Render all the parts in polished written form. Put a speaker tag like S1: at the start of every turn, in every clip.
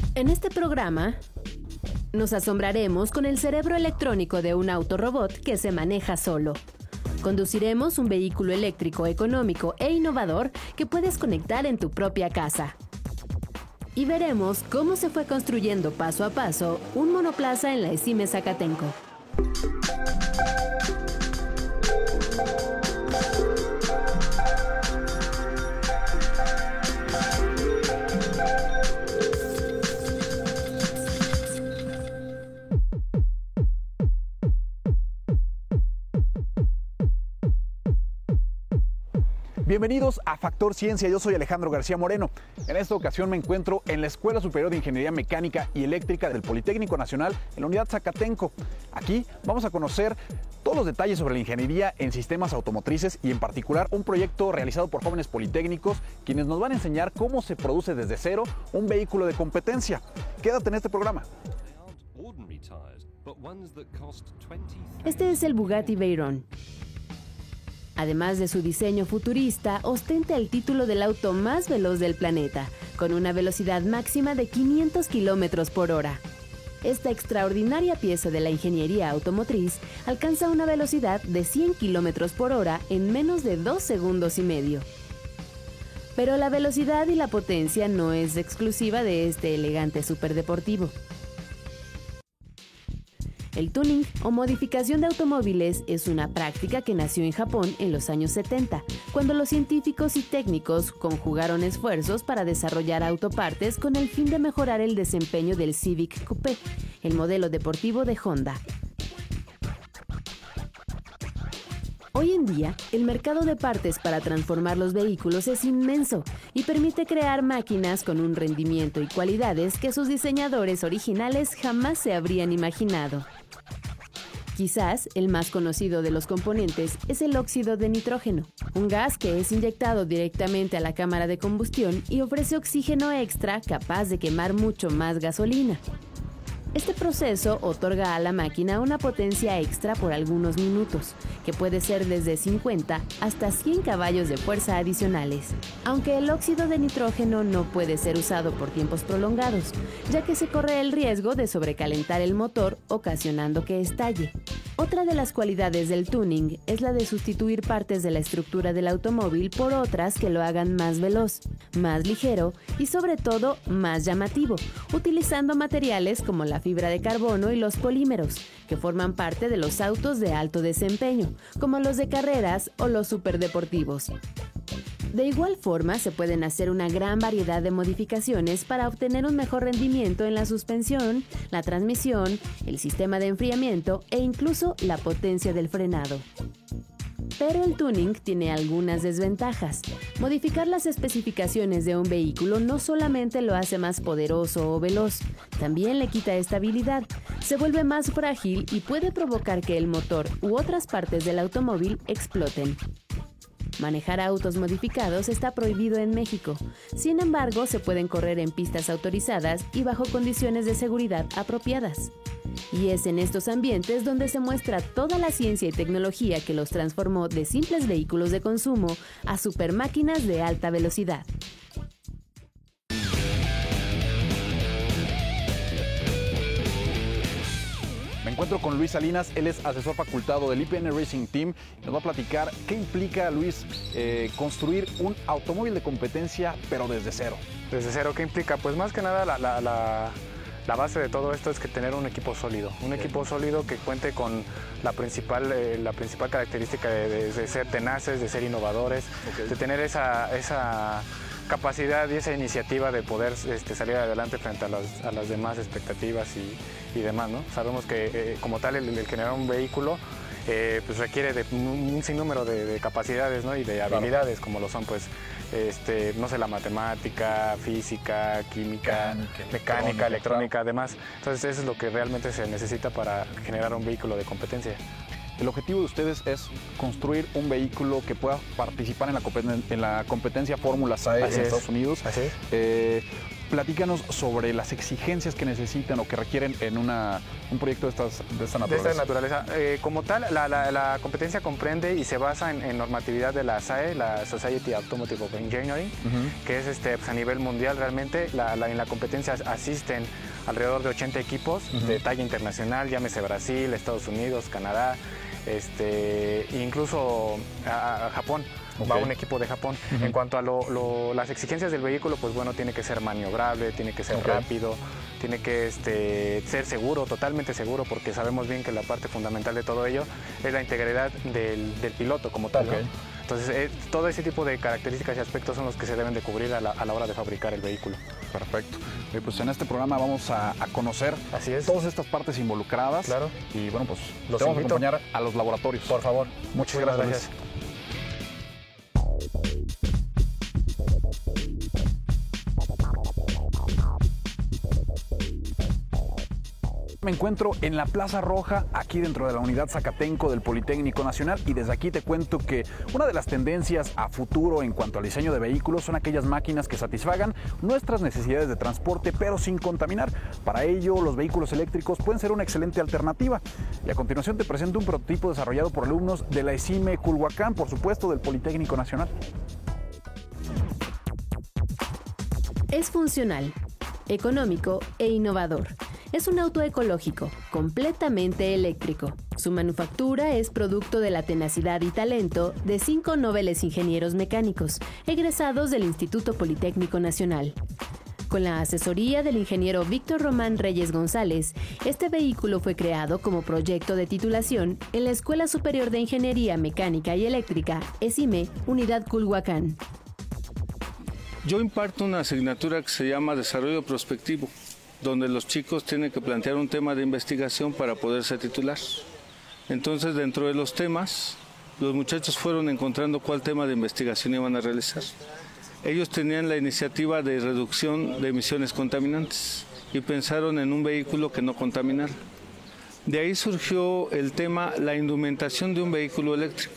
S1: En este programa, nos asombraremos con el cerebro electrónico de un autorobot que se maneja solo. Conduciremos un vehículo eléctrico económico e innovador que puedes conectar en tu propia casa. Y veremos cómo se fue construyendo paso a paso un monoplaza en la ESIME Zacatenco.
S2: Bienvenidos a Factor Ciencia, yo soy Alejandro García Moreno. En esta ocasión me encuentro en la Escuela Superior de Ingeniería Mecánica y Eléctrica del Politécnico Nacional en la Unidad Zacatenco. Aquí vamos a conocer todos los detalles sobre la ingeniería en sistemas automotrices y en particular un proyecto realizado por jóvenes politécnicos quienes nos van a enseñar cómo se produce desde cero un vehículo de competencia. Quédate en este programa.
S1: Este es el Bugatti Veyron. Además de su diseño futurista, ostenta el título del auto más veloz del planeta, con una velocidad máxima de 500 km por hora. Esta extraordinaria pieza de la ingeniería automotriz alcanza una velocidad de 100 km por hora en menos de 2 segundos y medio. Pero la velocidad y la potencia no es exclusiva de este elegante superdeportivo. El tuning o modificación de automóviles es una práctica que nació en Japón en los años 70, cuando los científicos y técnicos conjugaron esfuerzos para desarrollar autopartes con el fin de mejorar el desempeño del Civic Coupé, el modelo deportivo de Honda. Hoy en día, el mercado de partes para transformar los vehículos es inmenso y permite crear máquinas con un rendimiento y cualidades que sus diseñadores originales jamás se habrían imaginado. Quizás el más conocido de los componentes es el óxido de nitrógeno, un gas que es inyectado directamente a la cámara de combustión y ofrece oxígeno extra capaz de quemar mucho más gasolina. Este proceso otorga a la máquina una potencia extra por algunos minutos, que puede ser desde 50 hasta 100 caballos de fuerza adicionales. Aunque el óxido de nitrógeno no puede ser usado por tiempos prolongados, ya que se corre el riesgo de sobrecalentar el motor, ocasionando que estalle. Otra de las cualidades del tuning es la de sustituir partes de la estructura del automóvil por otras que lo hagan más veloz, más ligero y sobre todo más llamativo, utilizando materiales como la fibra de carbono y los polímeros, que forman parte de los autos de alto desempeño, como los de carreras o los superdeportivos. De igual forma, se pueden hacer una gran variedad de modificaciones para obtener un mejor rendimiento en la suspensión, la transmisión, el sistema de enfriamiento e incluso la potencia del frenado. Pero el tuning tiene algunas desventajas. Modificar las especificaciones de un vehículo no solamente lo hace más poderoso o veloz, también le quita estabilidad, se vuelve más frágil y puede provocar que el motor u otras partes del automóvil exploten. Manejar autos modificados está prohibido en México. Sin embargo, se pueden correr en pistas autorizadas y bajo condiciones de seguridad apropiadas. Y es en estos ambientes donde se muestra toda la ciencia y tecnología que los transformó de simples vehículos de consumo a supermáquinas de alta velocidad.
S2: Me encuentro con Luis Salinas, él es asesor facultado del IPN Racing Team. Nos va a platicar qué implica, Luis, construir un automóvil de competencia, pero desde cero.
S3: Desde cero, ¿qué implica? Pues más que nada la base de todo esto es que tener un equipo sólido. Un equipo sólido que cuente con la principal característica de ser tenaces, de ser innovadores, de tener esa capacidad y esa iniciativa de poder salir adelante frente a las demás expectativas y demás, ¿no? Sabemos que como tal el generar un vehículo pues requiere de un sinnúmero de capacidades, ¿no? Y de habilidades, como lo son pues no sé, la matemática, física, química, mecánica, electrónica, además. Entonces eso es lo que realmente se necesita para generar un vehículo de competencia.
S2: El objetivo de ustedes es construir un vehículo que pueda participar en la competencia Fórmula SAE en Estados Unidos.
S3: Así es.
S2: platícanos sobre las exigencias que necesitan o que requieren en un proyecto de esta naturaleza.
S3: De esta naturaleza. Como tal, la competencia comprende y se basa en normatividad de la SAE, la Society Automotive of Engineering, que es pues, a nivel mundial realmente. En la competencia asisten alrededor de 80 equipos de talla internacional, llámese Brasil, Estados Unidos, Canadá, incluso a Japón. Va un equipo de Japón. En cuanto a las exigencias del vehículo, pues bueno, tiene que ser maniobrable, tiene que ser rápido, tiene que ser seguro, totalmente seguro, porque sabemos bien que la parte fundamental de todo ello es la integridad del piloto como tal, ¿no? Entonces, todo ese tipo de características y aspectos son los que se deben de cubrir a la hora de fabricar el vehículo.
S2: Perfecto. Pues en este programa vamos a conocer todas estas partes involucradas.
S3: Claro.
S2: Y bueno, pues los vamos a acompañar a los laboratorios.
S3: Por favor.
S2: Muchas gracias. Me encuentro en la Plaza Roja, aquí dentro de la unidad Zacatenco del Politécnico Nacional, y desde aquí te cuento que una de las tendencias a futuro en cuanto al diseño de vehículos son aquellas máquinas que satisfagan nuestras necesidades de transporte pero sin contaminar. Para ello, los vehículos eléctricos pueden ser una excelente alternativa. Y a continuación te presento un prototipo desarrollado por alumnos de la ESIME Culhuacán, por supuesto del Politécnico Nacional.
S1: Es funcional, económico e innovador. Es un auto ecológico, completamente eléctrico. Su manufactura es producto de la tenacidad y talento de 5 nobles ingenieros mecánicos, egresados del Instituto Politécnico Nacional. Con la asesoría del ingeniero Víctor Román Reyes González, este vehículo fue creado como proyecto de titulación en la Escuela Superior de Ingeniería Mecánica y Eléctrica, ESIME, Unidad Culhuacán.
S4: Yo imparto una asignatura que se llama Desarrollo Prospectivo, donde los chicos tienen que plantear un tema de investigación para poderse titular. Entonces, dentro de los temas, los muchachos fueron encontrando cuál tema de investigación iban a realizar. Ellos tenían la iniciativa de reducción de emisiones contaminantes y pensaron en un vehículo que no contaminara. De ahí surgió el tema, la indumentación de un vehículo eléctrico.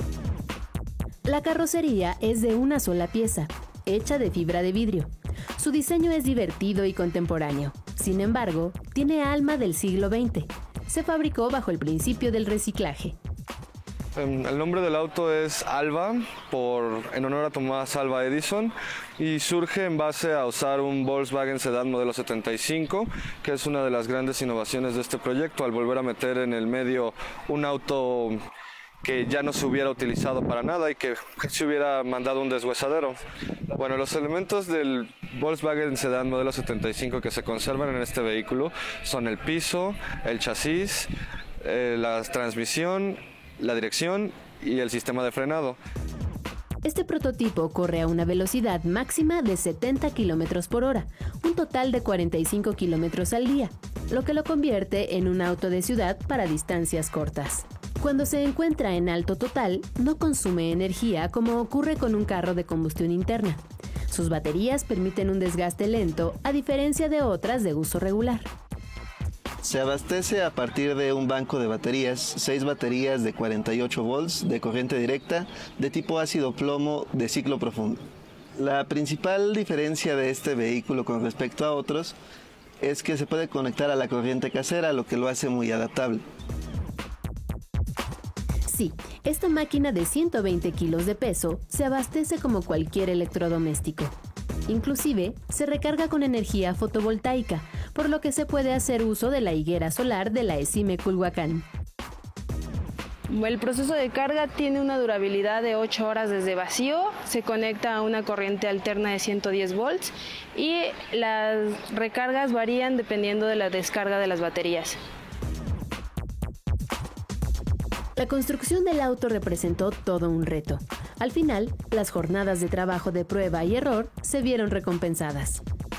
S1: La carrocería es de una sola pieza, hecha de fibra de vidrio. Su diseño es divertido y contemporáneo. Sin embargo, tiene alma del siglo XX. Se fabricó bajo el principio del reciclaje.
S5: El nombre del auto es Alva, en honor a Thomas Alva Edison, y surge en base a usar un Volkswagen Sedán modelo 75, que es una de las grandes innovaciones de este proyecto, al volver a meter en el medio un auto que ya no se hubiera utilizado para nada y que se hubiera mandado un deshuesadero. Bueno, los elementos del Volkswagen Sedán modelo 75 que se conservan en este vehículo son el piso, el chasis, la transmisión, la dirección y el sistema de frenado.
S1: Este prototipo corre a una velocidad máxima de 70 km por hora, un total de 45 km al día, lo que lo convierte en un auto de ciudad para distancias cortas. Cuando se encuentra en alto total, no consume energía como ocurre con un carro de combustión interna. Sus baterías permiten un desgaste lento, a diferencia de otras de uso regular.
S6: Se abastece a partir de un banco de baterías, 6 baterías de 48 volts de corriente directa de tipo ácido plomo de ciclo profundo. La principal diferencia de este vehículo con respecto a otros es que se puede conectar a la corriente casera, lo que lo hace muy adaptable.
S1: Sí, esta máquina de 120 kilos de peso se abastece como cualquier electrodoméstico. Inclusive, se recarga con energía fotovoltaica, por lo que se puede hacer uso de la higuera solar de la ESIME Culhuacán.
S7: El proceso de carga tiene una durabilidad de 8 horas desde vacío, se conecta a una corriente alterna de 110 volts y las recargas varían dependiendo de la descarga de las baterías.
S1: La construcción del auto representó todo un reto. Al final, las jornadas de trabajo de prueba y error se vieron recompensadas.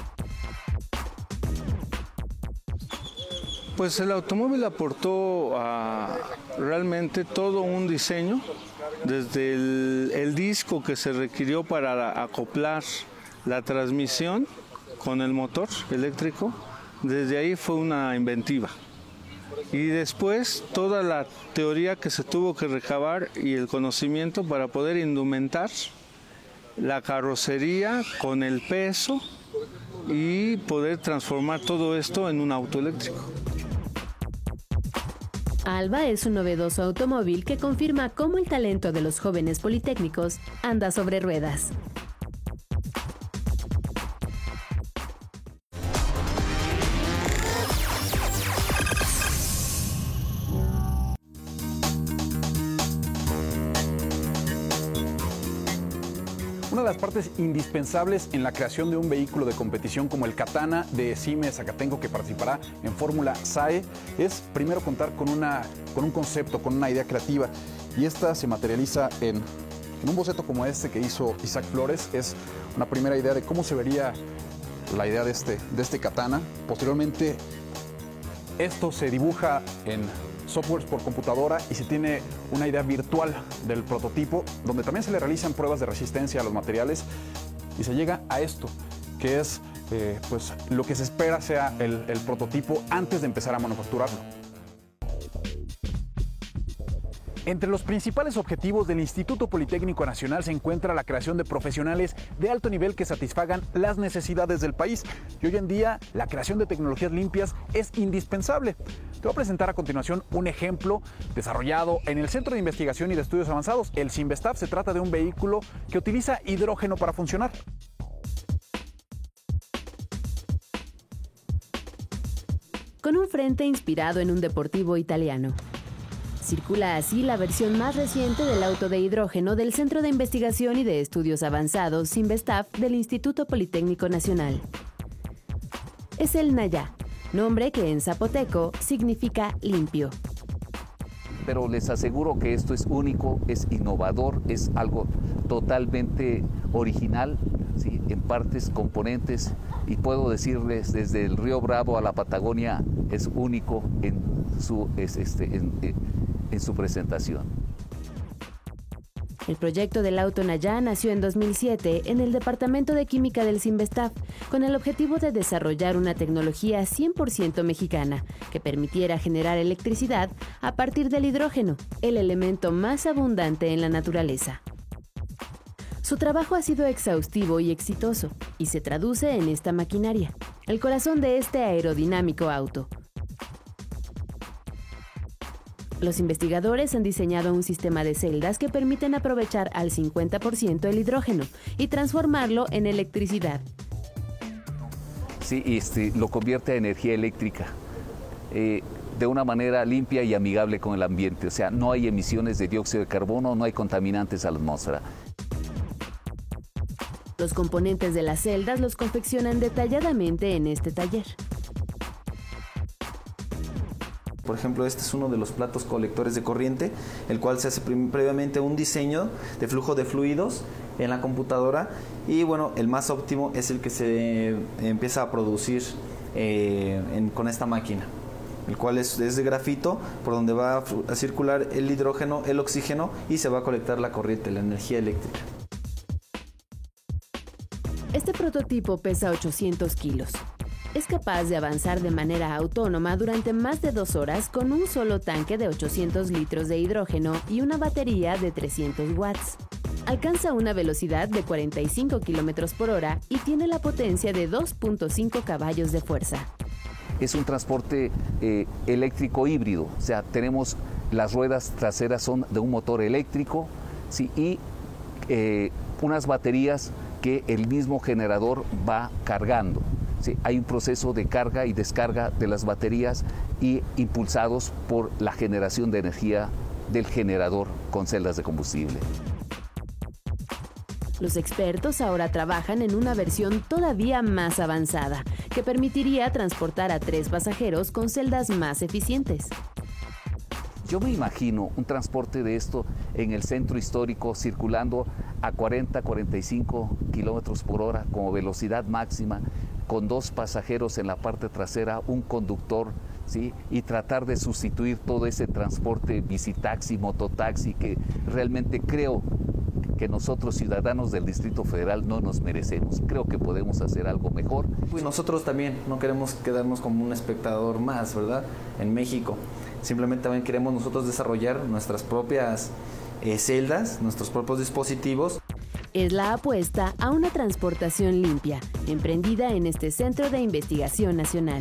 S4: Pues el automóvil aportó realmente todo un diseño, desde el disco que se requirió para acoplar la transmisión con el motor eléctrico, desde ahí fue una inventiva. Y después toda la teoría que se tuvo que recabar y el conocimiento para poder indumentar la carrocería con el peso y poder transformar todo esto en un auto eléctrico.
S1: Alba es un novedoso automóvil que confirma cómo el talento de los jóvenes politécnicos anda sobre ruedas.
S2: Una de las partes indispensables en la creación de un vehículo de competición como el Katana de CIME Zacatenco, que participará en Fórmula SAE, es primero contar con un concepto, con una idea creativa. Y esta se materializa en un boceto como este que hizo Isaac Flores. Es una primera idea de cómo se vería la idea de este Katana. Posteriormente, esto se dibuja en softwares por computadora y se tiene una idea virtual del prototipo, donde también se le realizan pruebas de resistencia a los materiales y se llega a esto, que es pues lo que se espera sea el prototipo antes de empezar a manufacturarlo. Entre los principales objetivos del Instituto Politécnico Nacional se encuentra la creación de profesionales de alto nivel que satisfagan las necesidades del país. Y hoy en día la creación de tecnologías limpias es indispensable. Te voy a presentar a continuación un ejemplo desarrollado en el Centro de Investigación y de Estudios Avanzados, el CINVESTAF. Se trata de un vehículo que utiliza hidrógeno para funcionar.
S1: Con un frente inspirado en un deportivo italiano. Circula así la versión más reciente del auto de hidrógeno del Centro de Investigación y de Estudios Avanzados CINVESTAF del Instituto Politécnico Nacional. Es el Naya, nombre que en zapoteco significa limpio.
S8: Pero les aseguro que esto es único, es innovador, es algo totalmente original, ¿sí? En partes, componentes, y puedo decirles desde el Río Bravo a la Patagonia es único en su presentación.
S1: El proyecto del auto Naya nació en 2007 en el Departamento de Química del CINVESTAF con el objetivo de desarrollar una tecnología 100% mexicana que permitiera generar electricidad a partir del hidrógeno, el elemento más abundante en la naturaleza. Su trabajo ha sido exhaustivo y exitoso y se traduce en esta maquinaria, el corazón de este aerodinámico auto. Los investigadores han diseñado un sistema de celdas que permiten aprovechar al 50% el hidrógeno y transformarlo en electricidad.
S8: Sí, lo convierte a energía eléctrica de una manera limpia y amigable con el ambiente. O sea, no hay emisiones de dióxido de carbono, no hay contaminantes a la atmósfera.
S1: Los componentes de las celdas los confeccionan detalladamente en este taller.
S9: Por ejemplo, este es uno de los platos colectores de corriente, el cual se hace previamente un diseño de flujo de fluidos en la computadora y bueno, el más óptimo es el que se empieza a producir con esta máquina, el cual es de grafito, por donde va a circular el hidrógeno, el oxígeno y se va a colectar la corriente, la energía eléctrica.
S1: Este prototipo pesa 800 kilos. Es capaz de avanzar de manera autónoma durante más de 2 horas con un solo tanque de 800 litros de hidrógeno y una batería de 300 watts. Alcanza una velocidad de 45 kilómetros por hora y tiene la potencia de 2.5 caballos de fuerza.
S8: Es un transporte eléctrico híbrido, o sea, tenemos las ruedas traseras son de un motor eléctrico, ¿sí? Y unas baterías que el mismo generador va cargando. Sí, hay un proceso de carga y descarga de las baterías y impulsados por la generación de energía del generador con celdas de combustible.
S1: Los expertos ahora trabajan en una versión todavía más avanzada, que permitiría transportar a 3 pasajeros con celdas más eficientes.
S8: Yo me imagino un transporte de esto en el centro histórico circulando a 40-45 kilómetros por hora como velocidad máxima, con 2 pasajeros en la parte trasera, un conductor, ¿sí? Y tratar de sustituir todo ese transporte bicitaxi, mototaxi, que realmente creo que nosotros ciudadanos del Distrito Federal no nos merecemos. Creo que podemos hacer algo mejor.
S9: Y nosotros también no queremos quedarnos como un espectador más, ¿verdad? En México. Simplemente también queremos nosotros desarrollar nuestras propias celdas, nuestros propios dispositivos.
S1: es la apuesta a una transportación limpia, emprendida en este Centro de Investigación Nacional.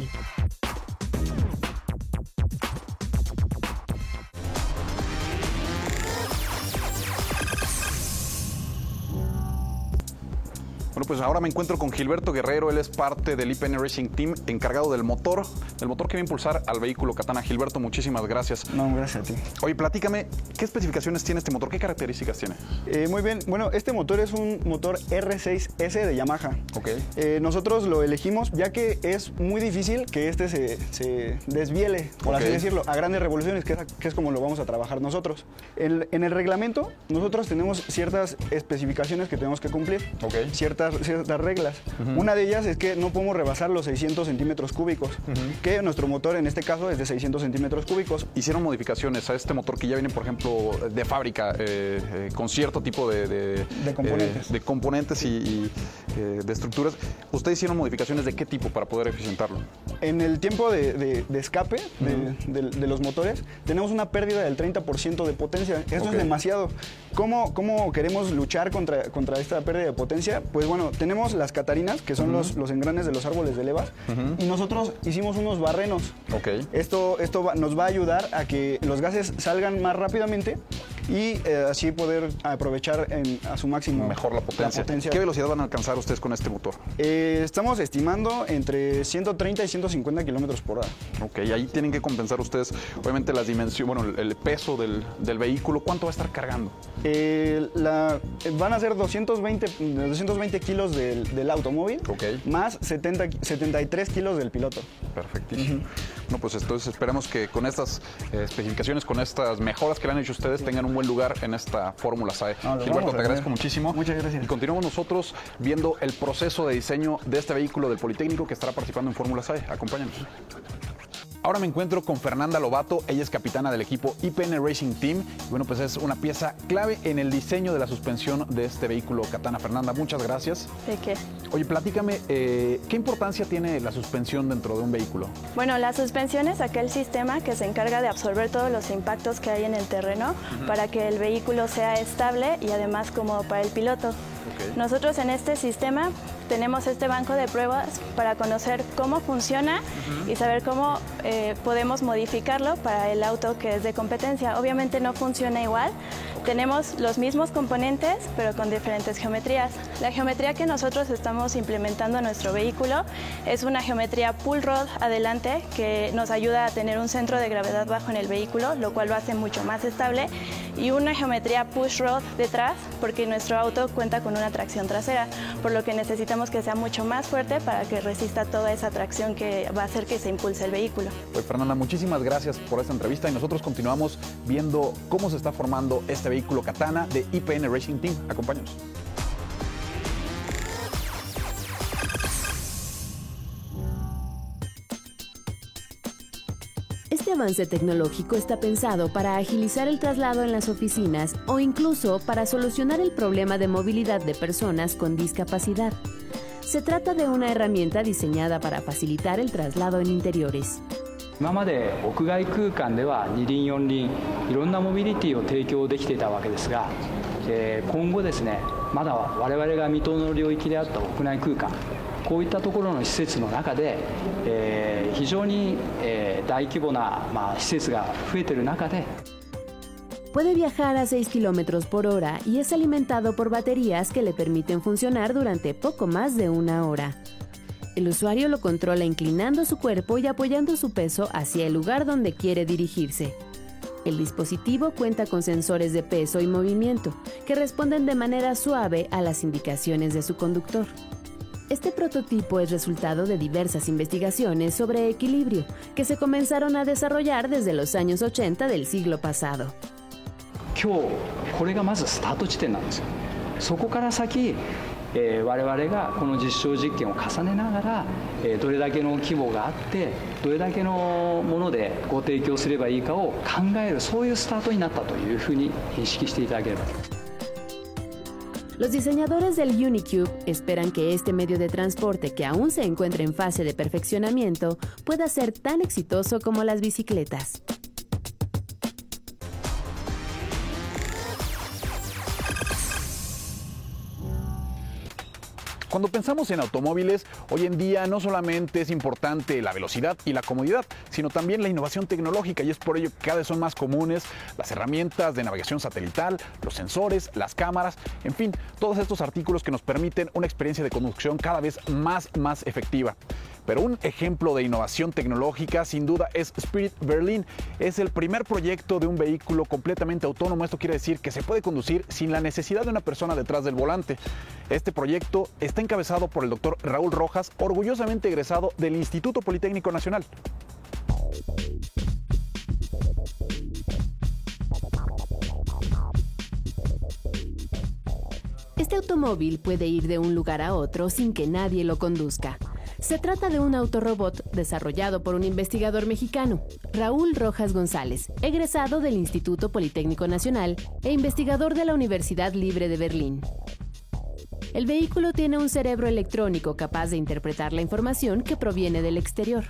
S2: Bueno, pues ahora me encuentro con Gilberto Guerrero, él es parte del IPN Racing Team, encargado del motor que va a impulsar al vehículo Katana. Gilberto, muchísimas gracias.
S10: No, gracias a ti.
S2: Oye, platícame, ¿qué especificaciones tiene este motor? ¿Qué características tiene?
S10: Muy bien, bueno, este motor es un motor R6S de Yamaha.
S2: Ok.
S10: Nosotros lo elegimos ya que es muy difícil que este se desviele, por así decirlo, a grandes revoluciones, que es como lo vamos a trabajar nosotros. En el reglamento, nosotros tenemos ciertas especificaciones que tenemos que cumplir.
S2: Ok.
S10: Ciertas reglas. Una de ellas es que no podemos rebasar los 600 centímetros cúbicos, que nuestro motor en este caso es de 600 centímetros cúbicos.
S2: ¿Hicieron modificaciones a este motor que ya viene, por ejemplo, de fábrica, con cierto tipo de
S10: componentes?
S2: De componentes y de estructuras. ¿Ustedes hicieron modificaciones de qué tipo para poder eficientarlo?
S10: En el tiempo de escape de los motores, tenemos una pérdida del 30% de potencia. Esto es demasiado. ¿Cómo queremos luchar contra esta pérdida de potencia? Pues bueno, tenemos las catarinas, que son los engranes de los árboles de levas, y nosotros hicimos unos barrenos.
S2: Okay.
S10: Esto nos va a ayudar a que los gases salgan más rápidamente y así poder aprovechar a su máximo
S2: mejor la potencia. ¿Qué velocidad van a alcanzar ustedes con este motor?
S10: Estamos estimando entre 130 y 150 kilómetros por hora.
S2: Ok, ahí tienen que compensar ustedes, obviamente, las dimensiones, bueno, el peso del vehículo. ¿Cuánto va a estar cargando?
S10: Van a ser 220 kilos del automóvil, más 73 kilos del piloto.
S2: Perfectísimo. Bueno, pues entonces esperamos que con estas especificaciones, con estas mejoras que le han hecho ustedes, tengan un buen lugar en esta Fórmula SAE. Gilberto, te agradezco muchísimo.
S10: Muchas gracias.
S2: Y continuamos nosotros viendo el proceso de diseño de este vehículo del Politécnico que estará participando en Fórmula SAE. Acompáñanos. Ahora me encuentro con Fernanda Lobato, ella es capitana del equipo IPN Racing Team y bueno, pues es una pieza clave en el diseño de la suspensión de este vehículo Katana. Fernanda, muchas gracias.
S11: ¿De qué?
S2: Oye, platícame, ¿qué importancia tiene la suspensión dentro de un vehículo?
S11: Bueno, la suspensión es aquel sistema que se encarga de absorber todos los impactos que hay en el terreno para que el vehículo sea estable y además cómodo para el piloto. Nosotros en este sistema tenemos este banco de pruebas para conocer cómo funciona y saber cómo podemos modificarlo para el auto que es de competencia. Obviamente no funciona igual. Tenemos los mismos componentes, pero con diferentes geometrías. La geometría que nosotros estamos implementando en nuestro vehículo es una geometría pull rod adelante que nos ayuda a tener un centro de gravedad bajo en el vehículo, lo cual lo hace mucho más estable, y una geometría push rod detrás, porque nuestro auto cuenta con una tracción trasera, por lo que necesitamos que sea mucho más fuerte para que resista toda esa tracción que va a hacer que se impulse el vehículo.
S2: Pues Fernanda, muchísimas gracias por esta entrevista y nosotros continuamos viendo cómo se está formando este vehículo Katana de IPN Racing Team. Acompáñanos.
S1: Este avance tecnológico está pensado para agilizar el traslado en las oficinas o incluso para solucionar el problema de movilidad de personas con discapacidad. Se trata de una herramienta diseñada para facilitar el traslado en interiores.
S12: 今まで屋外空間では二輪四輪いろんなモビリティを提供できていたわけですが、今後ですね、まだ我々が未踏の領域であった屋内空間、こういったところの施設の中で、非常に、大規模な、施設が増えている中で
S1: Puede viajar a 6 kilómetros por hora y es alimentado por baterías que le permiten funcionar durante poco más de una hora. El usuario lo controla inclinando su cuerpo y apoyando su peso hacia el lugar donde quiere dirigirse. El dispositivo cuenta con sensores de peso y movimiento que responden de manera suave a las indicaciones de su conductor. Este prototipo es resultado de diversas investigaciones sobre equilibrio que se comenzaron a desarrollar desde los años 80 del siglo pasado.
S12: 今日これがまずスタート地点なんですよ。そこから先我々がこの実証実験を重ねながらどれだけの規模があってどれだけのものでご提供すればいいかを考えるそういうスタートになったというふうに認識していただければと。
S1: Los diseñadores del Unicube esperan que este medio de transporte que aún se encuentra en fase de perfeccionamiento pueda ser tan exitoso como las bicicletas.
S2: Cuando pensamos en automóviles, hoy en día no solamente es importante la velocidad y la comodidad, sino también la innovación tecnológica, y es por ello que cada vez son más comunes las herramientas de navegación satelital, los sensores, las cámaras, en fin, todos estos artículos que nos permiten una experiencia de conducción cada vez más efectiva. Pero un ejemplo de innovación tecnológica sin duda es Spirit Berlin. Es el primer proyecto de un vehículo completamente autónomo. Esto quiere decir que se puede conducir sin la necesidad de una persona detrás del volante. Este proyecto está encabezado por el doctor Raúl Rojas, orgullosamente egresado del Instituto Politécnico Nacional.
S1: Este automóvil puede ir de un lugar a otro sin que nadie lo conduzca. Se trata de un autorrobot desarrollado por un investigador mexicano, Raúl Rojas González, egresado del Instituto Politécnico Nacional e investigador de la Universidad Libre de Berlín. El vehículo tiene un cerebro electrónico capaz de interpretar la información que proviene del exterior.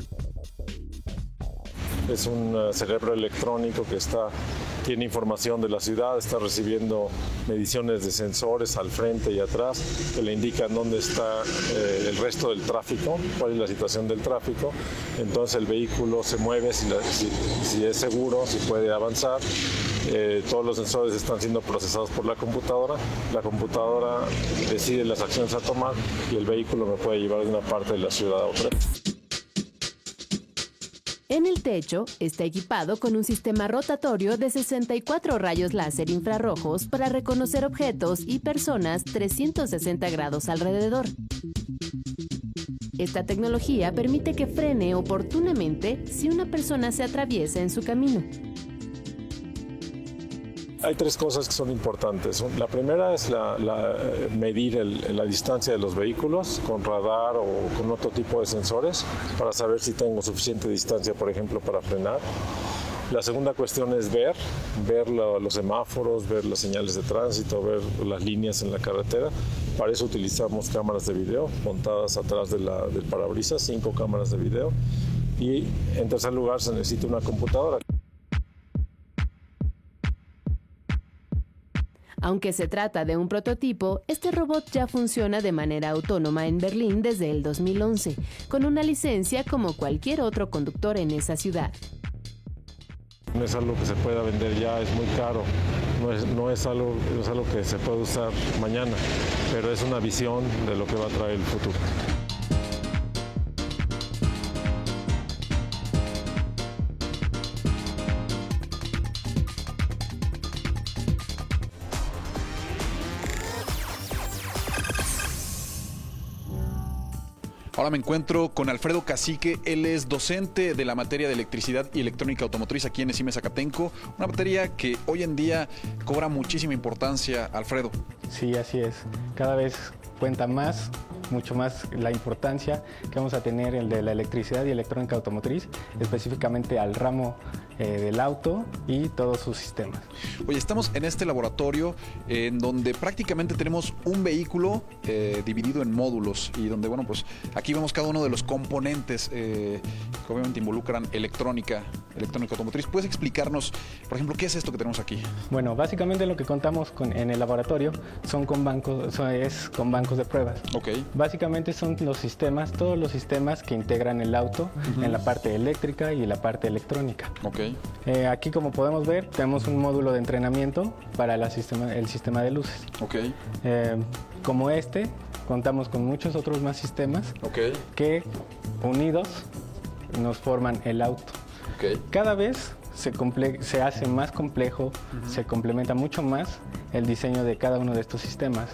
S13: Es un cerebro electrónico que tiene información de la ciudad, está recibiendo mediciones de sensores al frente y atrás que le indican dónde está el resto del tráfico, cuál es la situación del tráfico. Entonces el vehículo se mueve si es seguro, si puede avanzar. Todos los sensores están siendo procesados por la computadora decide las acciones a tomar y el vehículo me puede llevar de una parte de la ciudad a otra.
S1: En el techo está equipado con un sistema rotatorio de 64 rayos láser infrarrojos para reconocer objetos y personas 360 grados alrededor. Esta tecnología permite que frene oportunamente si una persona se atraviesa en su camino.
S13: Hay tres cosas que son importantes. La primera es medir la distancia de los vehículos con radar o con otro tipo de sensores para saber si tengo suficiente distancia, por ejemplo, para frenar. La segunda cuestión es ver los semáforos, ver las señales de tránsito, ver las líneas en la carretera. Para eso utilizamos cámaras de video montadas atrás del parabrisas, 5 cámaras de video. Y en tercer lugar se necesita una computadora.
S1: Aunque se trata de un prototipo, este robot ya funciona de manera autónoma en Berlín desde el 2011, con una licencia como cualquier otro conductor en esa ciudad.
S13: No es algo que se pueda vender ya, es muy caro, no es algo que se puede usar mañana, pero es una visión de lo que va a traer el futuro.
S2: Ahora me encuentro con Alfredo Cacique. Él es docente de la materia de electricidad y electrónica automotriz aquí en ESIME Zacatenco, una materia que hoy en día cobra muchísima importancia, Alfredo.
S14: Sí, así es. Cada vez cuenta mucho más la importancia que vamos a tener el de la electricidad y electrónica automotriz, específicamente al ramo del auto y todos sus sistemas.
S2: Oye, estamos en este laboratorio en donde prácticamente tenemos un vehículo dividido en módulos y donde, bueno, pues aquí vemos cada uno de los componentes que obviamente involucran electrónica automotriz. ¿Puedes explicarnos, por ejemplo, qué es esto que tenemos aquí?
S14: Bueno, básicamente lo que contamos en el laboratorio es con bancos de pruebas.
S2: Okay.
S14: Básicamente son todos los sistemas que integran el auto en la parte eléctrica y la parte electrónica.
S2: Okay.
S14: Aquí, como podemos ver, tenemos un módulo de entrenamiento para el sistema de luces.
S2: Okay.
S14: Como contamos con muchos otros más sistemas que unidos nos forman el auto.
S2: Okay.
S14: Cada vez se hace más complejo, se complementa mucho más el diseño de cada uno de estos sistemas.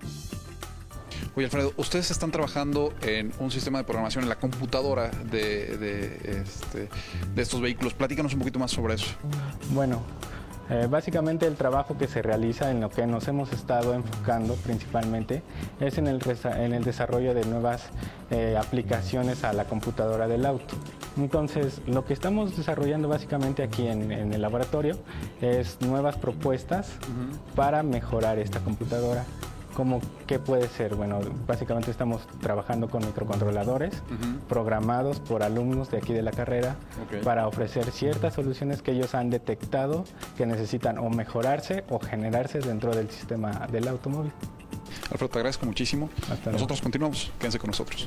S2: Oye, Alfredo, ustedes están trabajando en un sistema de programación en la computadora de estos vehículos. Platícanos un poquito más sobre eso.
S14: Bueno, básicamente el trabajo que se realiza, en lo que nos hemos estado enfocando principalmente, es en el desarrollo de nuevas aplicaciones a la computadora del auto. Entonces, lo que estamos desarrollando básicamente aquí en el laboratorio es nuevas propuestas para mejorar esta computadora. ¿Qué puede ser? Bueno, básicamente estamos trabajando con microcontroladores programados por alumnos de aquí de la carrera para ofrecer ciertas soluciones que ellos han detectado que necesitan o mejorarse o generarse dentro del sistema del automóvil.
S2: Alfredo, te agradezco muchísimo. Nosotros continuamos. Quédense con nosotros.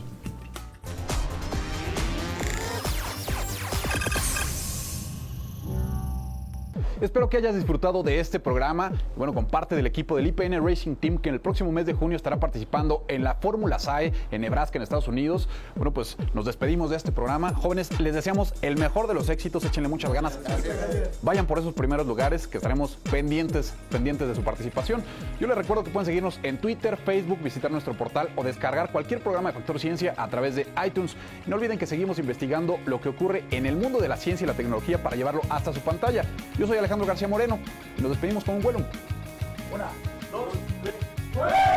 S2: Espero que hayas disfrutado de este programa, bueno, con parte del equipo del IPN Racing Team, que en el próximo mes de junio estará participando en la Fórmula SAE en Nebraska, en Estados Unidos. Bueno, pues nos despedimos de este programa. Jóvenes, les deseamos el mejor de los éxitos, échenle muchas ganas. Vayan por esos primeros lugares, que estaremos pendientes de su participación. Yo les recuerdo que pueden seguirnos en Twitter, Facebook, visitar nuestro portal o descargar cualquier programa de Factor Ciencia a través de iTunes. Y no olviden que seguimos investigando lo que ocurre en el mundo de la ciencia y la tecnología para llevarlo hasta su pantalla. Yo soy Alejandro García Moreno y nos despedimos con un vuelo.
S15: 1, 2, 3, ¡fuera!